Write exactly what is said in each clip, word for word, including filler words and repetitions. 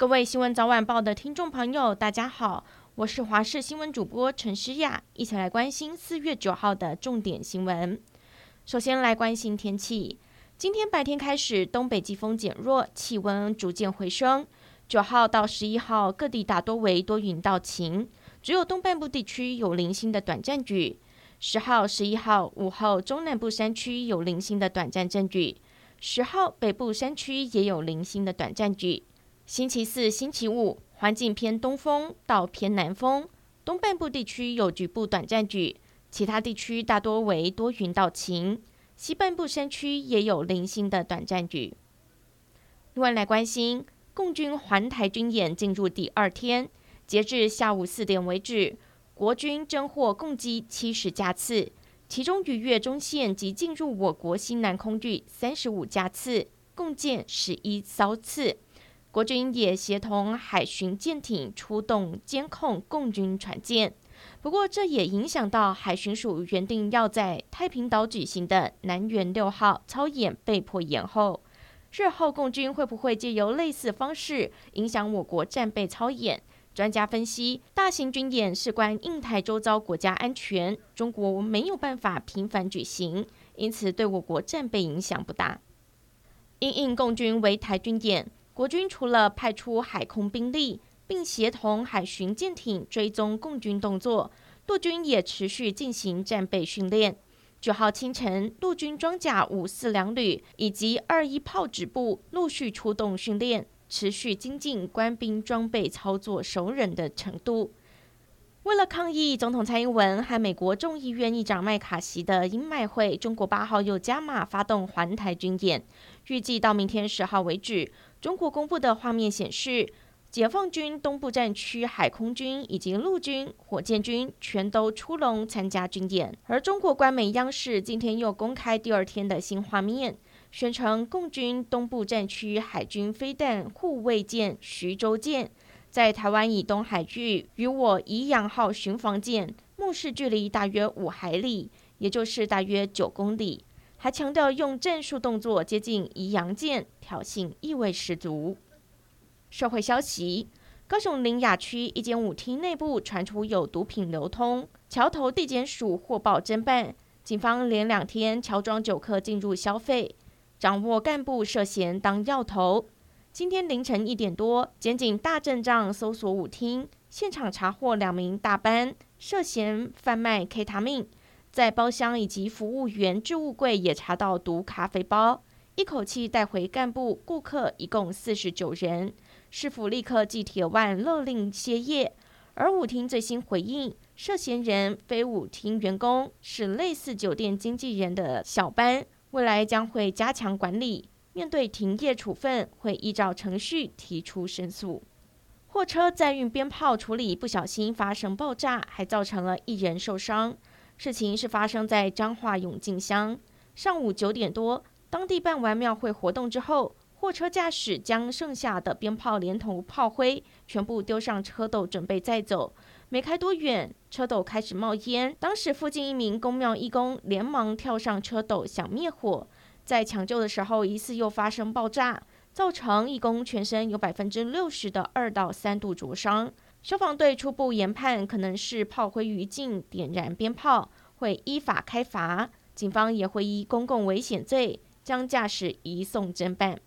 各位新闻早晚报的听众朋友，大家好，我是华视新闻主播陈诗雅，一起来关心四月九号的重点新闻。首先来关心天气，今天白天开始，东北季风减弱，气温逐渐回升。九号到十一号，各地大多为多云到晴，只有东半部地区有零星的短暂雨。十号、十一号午后，中南部山区有零星的短暂阵雨。十号北部山区也有零星的短暂雨。星期四、星期五环境偏东风到偏南风，东半部地区有局部短暂雨，其他地区大多为多云到晴。西半部山区也有零星的短暂雨。另外来关心，共军环台军演进入第二天，截至下午四点为止，国军侦获共计七十架次。其中逾越中线及进入我国西南空域三十五架次，共建十一艘次。国军也协同海巡舰艇出动监控共军船舰。不过，这也影响到海巡署原定要在太平岛举行的南辕六号操演被迫延后。日后共军会不会借由类似方式影响我国战备操演？专家分析，大型军演事关印太周遭国家安全，中国没有办法频繁举行，因此对我国战备影响不大。因应共军围台军演，国军除了派出海空兵力，并协同海巡舰艇追踪共军动作，陆军也持续进行战备训练。九号清晨，陆军装甲五四两旅以及二一炮指部陆续出动训练，持续精进官兵装备操作熟稔的程度。为了抗议总统蔡英文和美国众议院议长麦卡锡的鹰麦会，中国八号又加码发动环台军演，预计到明天十号为止。中国公布的画面显示，解放军东部战区海空军以及陆军、火箭军全都出笼参加军演。而中国官媒央视今天又公开第二天的新画面，宣称共军东部战区海军飞弹护卫舰徐州舰在台湾以东海域与我宜阳号巡防舰目视距离大约五海里，也就是大约九公里，还强调用战术动作接近宜阳舰，挑衅意味十足。社会消息，高雄苓雅区一间舞厅内部传出有毒品流通，桥头地检署获报侦办，警方连两天乔装酒客进入消费，掌握干部涉嫌当药头。今天凌晨一点多，检警大阵仗搜索舞厅，现场查获两名大班涉嫌贩卖 K 他命，在包厢以及服务员置物柜也查到毒咖啡包，一口气带回干部、顾客一共四十九人。市府立刻寄铁腕勒令歇业，而舞厅最新回应，涉嫌人非舞厅员工，是类似酒店经纪人的小班，未来将会加强管理，面对停业处分，会依照程序提出申诉。货车载运鞭炮处理不小心发生爆炸，还造成了一人受伤。事情是发生在彰化永靖乡，上午九点多，当地办完庙会活动之后，货车驾驶将剩下的鞭炮连同炮灰全部丢上车斗，准备载走。没开多远，车斗开始冒烟。当时附近一名公庙义工连忙跳上车斗想灭火，在抢救的时候，疑似又发生爆炸，造成义工全身有百分之六十的二到三度灼伤。消防队初步研判可能是炮灰余烬点燃鞭炮，会依法开罚。警方也会依公共危险罪将驾驶移送侦办。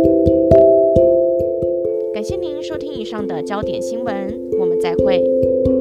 感谢您收听以上的焦点新闻，我们再会。